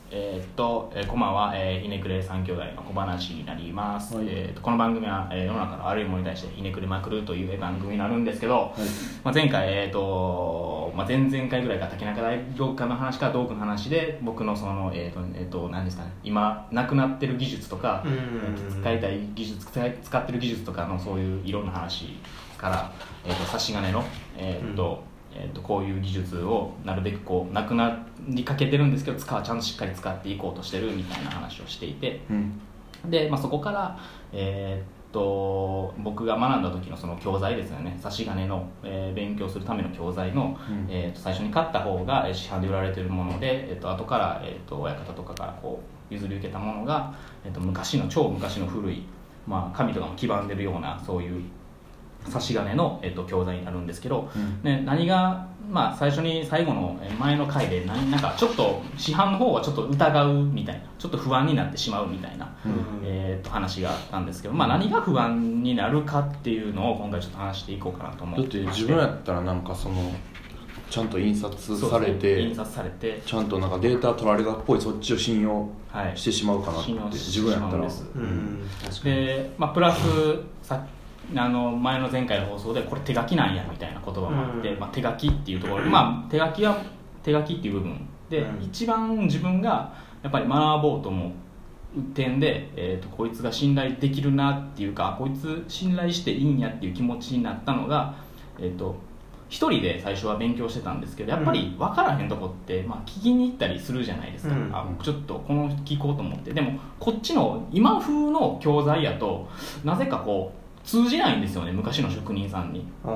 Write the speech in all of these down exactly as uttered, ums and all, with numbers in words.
えー、っと、えー、こんばんは、えー、ひねくれ三兄弟の小話になります、はい。えー、っとこの番組は、えー、世の中のあるいものに対してひねくれまくるという番組になるんですけど、はい。まあ、前回、えーっとまあ、前々回ぐらいから竹中大道家の話か道具の話で僕のその、えーっとえーっと何ですかね、今なくなってる技術とか、えー、使いたい技術使い使ってる技術とかのそういういろんな話から、えー、っと差し金の、えーっとうんえー、とこういう技術をなるべくこうなくなりかけてるんですけど使うちゃんとしっかり使っていこうとしてるみたいな話をしていて、うん、で、まあ、そこから、えー、と僕が学んだ時のその教材ですよね、差し金の、えー、勉強するための教材の、うんえー、と最初に買った方が市販で売られてるもので、えー、と後から、えー、と親方とかからこう譲り受けたものが、えー、と昔の超昔の古い、まあ、紙とかも黄ばんでるようなそういう差し金の、えっと、教材になるんですけど、うんね、何が、まあ、最初に最後の前の回で何なんかちょっと市販の方はちょっと疑うみたいなちょっと不安になってしまうみたいな、うんえー、っと話があったんですけど、まあ、何が不安になるかっていうのを今回ちょっと話していこうかなと思って。 だって自分やったらなんかそのちゃんと印刷されて、 ね、印刷されてちゃんとなんかデータ取られたっぽいそっちを信用してしまうかなって、はい、自分やったら、うん、 で、まあ、プラスさあの前の前回の放送でこれ手書きなんやみたいな言葉もあって、うんまあ、手書きっていうところで、まあ、手書きは手書きっていう部分で、うん、一番自分がやっぱり学ぼうと思う点で、えー、とこいつが信頼できるなっていうかこいつ信頼していいんやっていう気持ちになったのが、えー、と一人で最初は勉強してたんですけどやっぱり分からへんとこって、まあ、聞きに行ったりするじゃないですか、うん、あちょっとこの聞こうと思ってでもこっちの今風の教材やとなぜかこう通じないんですよね、昔の職人さんに。あ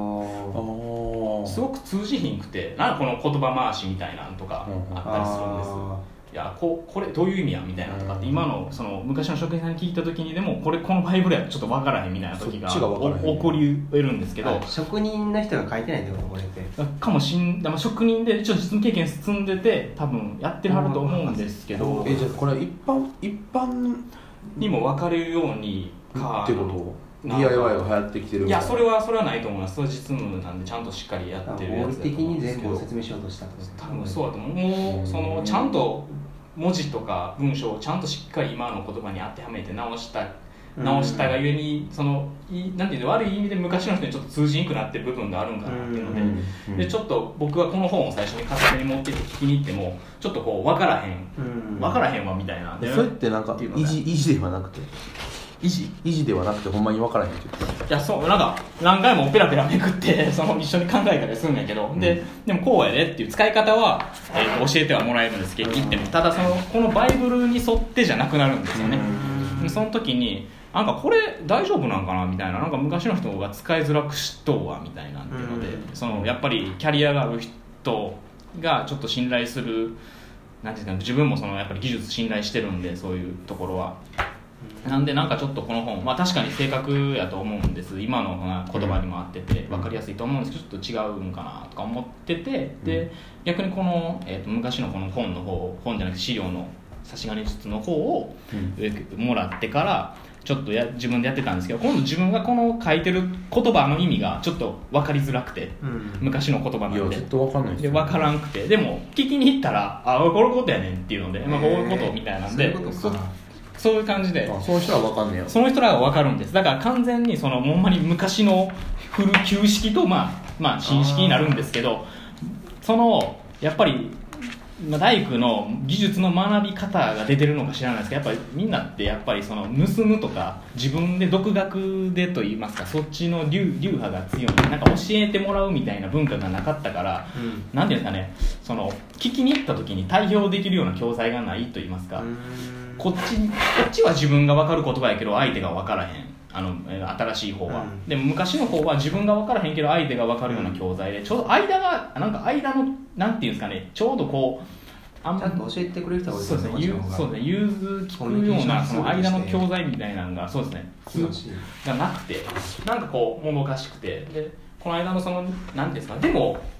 すごく通じひんくてなんかこの言葉回しみたいなのとかあったりするんです、うん、いや こ, これどういう意味やみたいなとかって今 の, その昔の職人さんに聞いた時にでもこれこのバイブルやとちょっと分からへんみたいな時が起こり得るんですけど職人の人が書いてないってことこれってかもしんでも職人で一応実務経験積んでて多分やってはると思うんですけどえじゃあこれ一般一般にも分かるようにかってことディーアイワイ が流行ってきてるいやそれはそれはないと思います。それは実務なんでちゃんとしっかりやってるやつだと思うんですけど合理的に全部を説明しようとしたってこと多分そうだと思う。もうそのちゃんと文字とか文章をちゃんとしっかり今の言葉に当てはめて直した直したがゆえにそのなんていうの悪い意味で昔の人にちょっと通じにくくなってる部分があるんかなっていうので、でちょっと僕はこの本を最初に片手に持ってきて聞きに行ってもちょっとこう分からへん分からへんわみたいな。 それってなんか維持維持ではなくて維持維持ではなくてほんまに分からへんって言っていやそうなんか何回もペラペラめくってその一緒に考えたりするんやけど、うん、ででもこうやでっていう使い方は、えー、教えてはもらえるんですけど言ってもただそのこのバイブルに沿ってじゃなくなるんですよね。でその時になんかこれ大丈夫なんかなみたいななんか昔の人が使いづらくしとうわみたいなっていうのでそのやっぱりキャリアがある人がちょっと信頼するなんていうか自分もそのやっぱり技術信頼してるんでそういうところはなんでなんかちょっとこの本、まあ、確かに正確やと思うんです今の言葉にも合ってて分かりやすいと思うんですけどちょっと違うんかなとか思っててで逆にこの、えー、と昔のこの本の方本じゃなくて資料の差し金術の方をもらってからちょっとや自分でやってたんですけど今度自分がこの書いてる言葉の意味がちょっと分かりづらくて、うん、昔の言葉なんでいやずっと分かんないです、 ね、で分からんくてでも聞きに行ったらあこういうことやねんっていうので、まあ、こういうことみたいなんで、えー、そういうことかそういう感じであその人らは分かんねえよその人らが分かるんですだから完全にそのほんまに昔の古旧式と、まあ、まあ新式になるんですけどそのやっぱり大工の技術の学び方が出てるのか知らないですけどやっぱりみんなってやっぱりその盗むとか自分で独学でといいますかそっちの流流派が強いなんか教えてもらうみたいな文化がなかったから、うん、なんていうんですかねその聞きに行った時に対応できるような教材がないといいますかこっち、こっちは自分が分かる言葉やけど相手が分からへんあの新しい方は、うん、でも昔の方は自分が分からへんけど相手が分かるような教材でちょうど間がなんか間のなんていうんですかねちょうどこうあんちゃんと教えてくれる人が多いですねそうですね融通聞くようなその間の教材みたいなのがそうですねがなくてなんかこうもどかしくてでこの間のそのなんていうんですかでも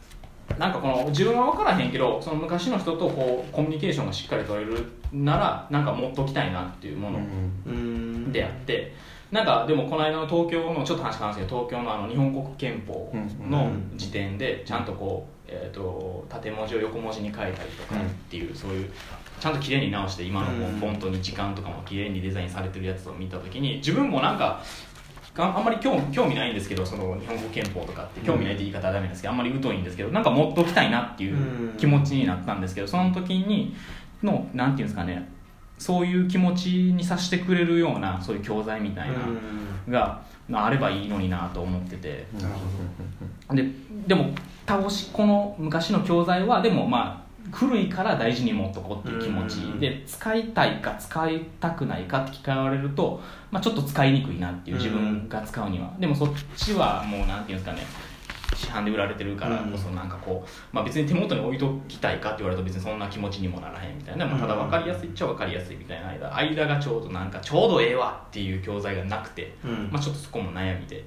なんかこの自分は分からへんけどその昔の人とこうコミュニケーションがしっかり取れるならなんか持っときたいなっていうものであって、なんかでもこの間の東京のちょっと話変わるんですけど東京のあの日本国憲法の時点でちゃんとこう、えー、と縦文字を横文字に変えたりとかっていう、そういうちゃんと綺麗に直して今のフォントに時間とかも綺麗にデザインされてるやつを見た時に自分もなんかあんまり興興味ないんですけどその日本語憲法とかって興味ないって言い方はダメですけどあんまり疎いんですけどなんか持っときたいなっていう気持ちになったんですけどその時にのなんていうんですかねそういう気持ちにさせてくれるようなそういう教材みたいながあればいいのになと思っててででも倒しこの昔の教材はでもまあ古いから大事に持っとこうっていう気持ちで使いたいか使いたくないかって聞かれると、まあ、ちょっと使いにくいなっていう自分が使うにはでもそっちはもうなんていうんですかね市販で売られてるからこそなんかこう、まあ、別に手元に置いときたいかって言われると別にそんな気持ちにもならへんみたいな、まあ、ただ分かりやすいっちゃ分かりやすいみたいな間間がちょうどなんかちょうどええわっていう教材がなくて、うんまあ、ちょっとそこも悩みで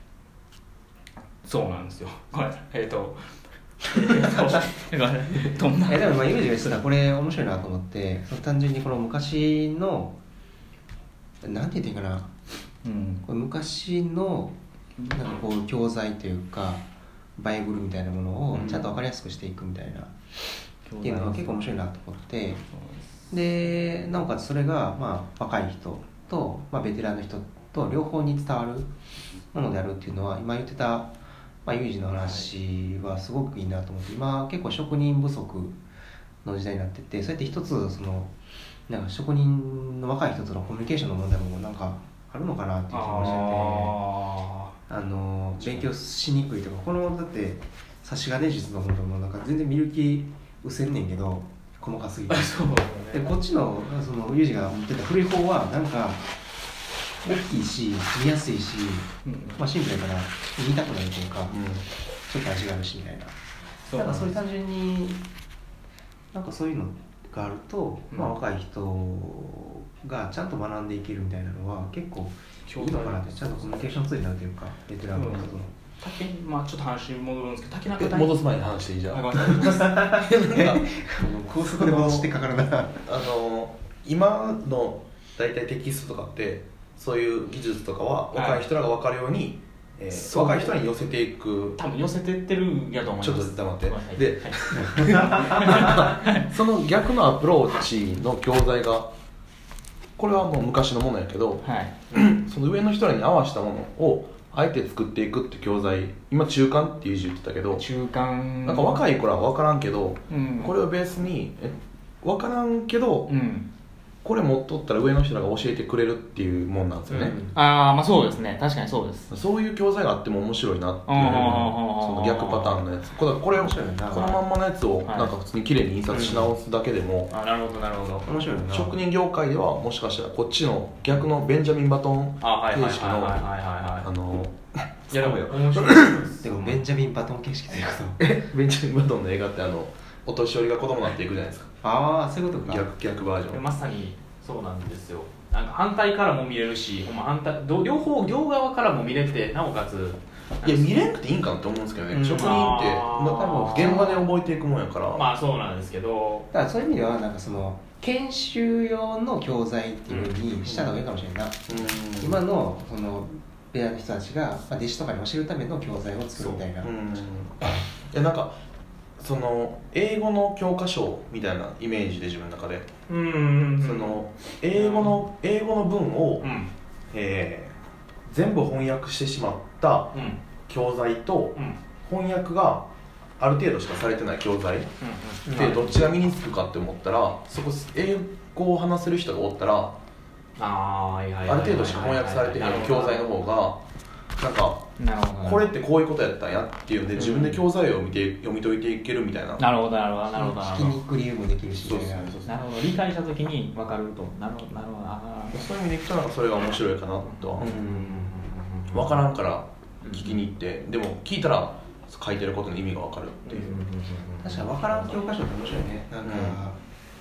そうなんですよこれえっ、ー、とえでもまあユージが言ってたこれ面白いなと思って単純にこの昔のなんて言っていいかな、うん、これ昔のなんかこう教材というかバイブルみたいなものをちゃんと分かりやすくしていくみたいな、うん、っていうのが結構面白いなと思ってでなおかつそれがまあ若い人と、まあ、ベテランの人と両方に伝わるものであるっていうのは今言ってたまあ、ユージの話はすごくいいなと思って今結構職人不足の時代になっててそうやって一つそのなんか職人の若い人とのコミュニケーションの問題もなんかあるのかなっていう気もしてて あ, あの勉強しにくいとかこのだって差し金術の本ともなんか全然見る気失せんねんけど細かすぎてそうでこっちのそのユージが持ってた古い方はなんか大きいし見やすいし、うんまあ、シンプルだから見たくないというか、うん、ちょっと味があるしみたいなだからそういう単純になんかそういうのがあると、うんまあ、若い人がちゃんと学んでいけるみたいなのは結構いいのかなってちゃんとコミュニケーションツールになるというかベテランの人との、うん竹まあ、ちょっと話戻るんですけど竹中大戻す前に話していいじゃん高速で戻してかかるなあの今の大体テキストとかってそういう技術とかは若い人らが分かるように、はいえー、若い人に寄せていく多分寄せてってるやと思いますちょっと黙って、 はい、 で、はい、その逆のアプローチの教材がこれはもう昔のものやけど、はい、その上の人らに合わせたものをあえて作っていくって教材今中間っていう字言ってたけど中間なんか若い子らは分からんけど、うん、これをベースにえ分からんけど、うんこれ持っとったら上の人らが教えてくれるっていうもんなんですよね、うん、 ああまあそうですね確かにそうですそういう教材があっても面白いなっていうその逆パターンのやつこれこれをこのまんまのやつをなんか普通に綺麗に印刷し直すだけでも、 はい、あなるほどなるほど面白いな職人業界ではもしかしたらこっちの逆のベンジャミン・バトン形式のあのいやでも面白いでもベンジャミン・バトン形式ということえベンジャミン・バトンの映画ってあのお年寄りが子供になっていくじゃないですかああそういうことか逆, 逆バージョンまさにそうなんですよなんか反対からも見れるしほんま反対両方両側からも見れてなおかついや見れんくていいんかなって思うんですけどね、うん、職人って多分現場で覚えていくもんやからまあそうなんですけどだからそういう意味ではなんかその研修用の教材っていう風にした方がいいかもしれないな、うん、今のそのベアの人たちが弟子とかに教えるための教材を作るみたいな、うん、いやなんかその英語の教科書みたいなイメージで自分の中で、うんうんうん、その英語の英語の文を、うんえー、全部翻訳してしまった教材と、うん、翻訳がある程度しかされてない教材、うんうん、でどっちが身につくかって思ったらそこ英語を話せる人がおったらある程度しか翻訳されてない教材の方がなんかこれってこういうことやったんやっていうので自分で教材を見て読み解いていけるみたいななるほどなるほどなるほど聞きにく理由もできるしそうそうそうなるほど理解した時に分かるとなるほどなるほどあそういう意味でいくとなんかそれが面白いかなとは分からんから聞きに行ってでも聞いたら書いてることの意味が分かるっていう確かに分からん教科書って面白いねなんか、うん、普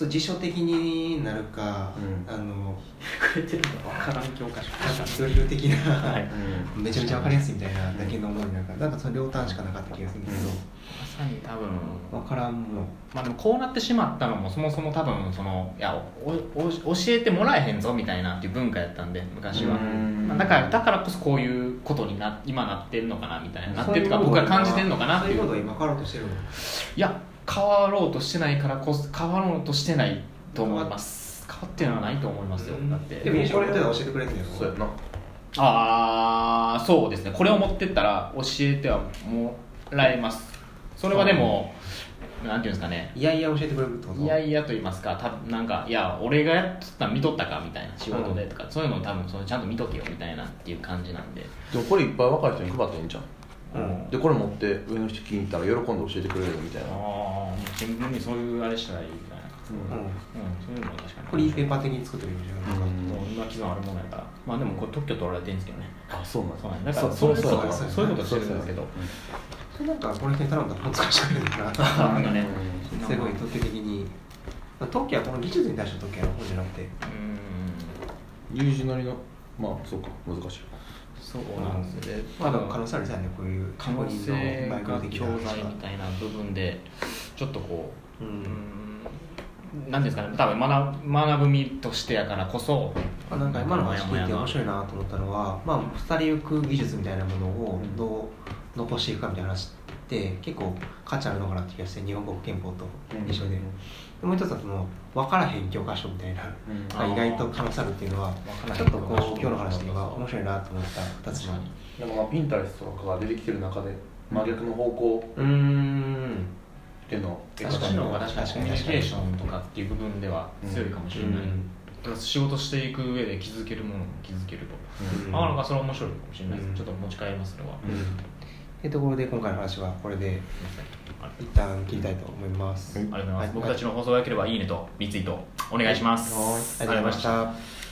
そう辞書的になるか、うん、あのくれてるの分からん教科書なんかドリル的な、はい、めちゃめちゃ分かりやすいみたいなだけのものになるから、なんかその両端しかなかった気がするんだけど、うん、まさに多分分からんもの、 まあでもこうなってしまったのもそもそも多分そのいやおお教えてもらえへんぞみたいなっていう文化やったんで昔は、まあ、だからだからこそこういうことにな今なってんのかなみたいななってるとか僕は感じてんのかなっていう。 そういうことを今変わろうとしてるの？ いや変わろうとしてないからこそ変わろうとしてないと思います。変わってるのはないと思いますよ。だってでもこれで教えてくれてるの？ そうやな。 ああそうですね。これを持ってったら教えてはもらえます。それはでもなんていうんですかね。 いやいや教えてくれるってこと？ いやいやと言いますか、たなんかいや俺がやった見とったかみたいな仕事でとか、うん、そういうのを多分そのちゃんと見とけよみたいなっていう感じなんで。 でもこれいっぱい若い人に配っていいんじゃん。うん、でこれ持って上の人聞いに行ったら喜んで教えてくれるみたいな。ああ新聞にそういうあれしたらいいみたいな。うんうん、うん、そういうのは確かにフリーペーパー的に作ってるんじゃないですか。 もう今既存あるものやから、まあでもこれ特許取られてるんですけどね。 あそうなんですね。 だからそうそうそうそういうことしてるんですけど、 それなんかこの人に頼んだら難しくないかな。なんかね、すごい特許的に、特許はこの技術に対しての特許やの方じゃなくて、 うん、有事なりのまあそうか難しい。 そうなんですよね。 まだ可能性あるじゃんね、こういう可能性が教材みたいな部分でちょっとこう、うん、なんですかね、多分学ぶ学ぶ身としてやからこそ、 なんか今の話聞いて面白いなと思ったのは、まあ廃れゆく技術みたいなものをどう残していくかみたいな話って結構価値あるのかなって気がして、日本国憲法と一緒で。もう一つはその分からへん教科書みたいな、うん、意外と可能性あるっていうのはちょっとこう今日の話では面白いなと思ったふたつの。 なんかまあピンタレスとかが出てきてる中で真逆の方向うんっていうのを確かにコミュニケーションとかっていう部分では強いかもしれない、うん、仕事していく上で気づけるものも気づけると、うん、あなんかそれは面白いかもしれないです、うん、ちょっと持ち帰りますそれは、うんというところで今回の話はこれで一旦切りたいと思います。 ありがとうございます。僕たちの放送が良ければいいねとリツイートお願いします。 ありがとうございました。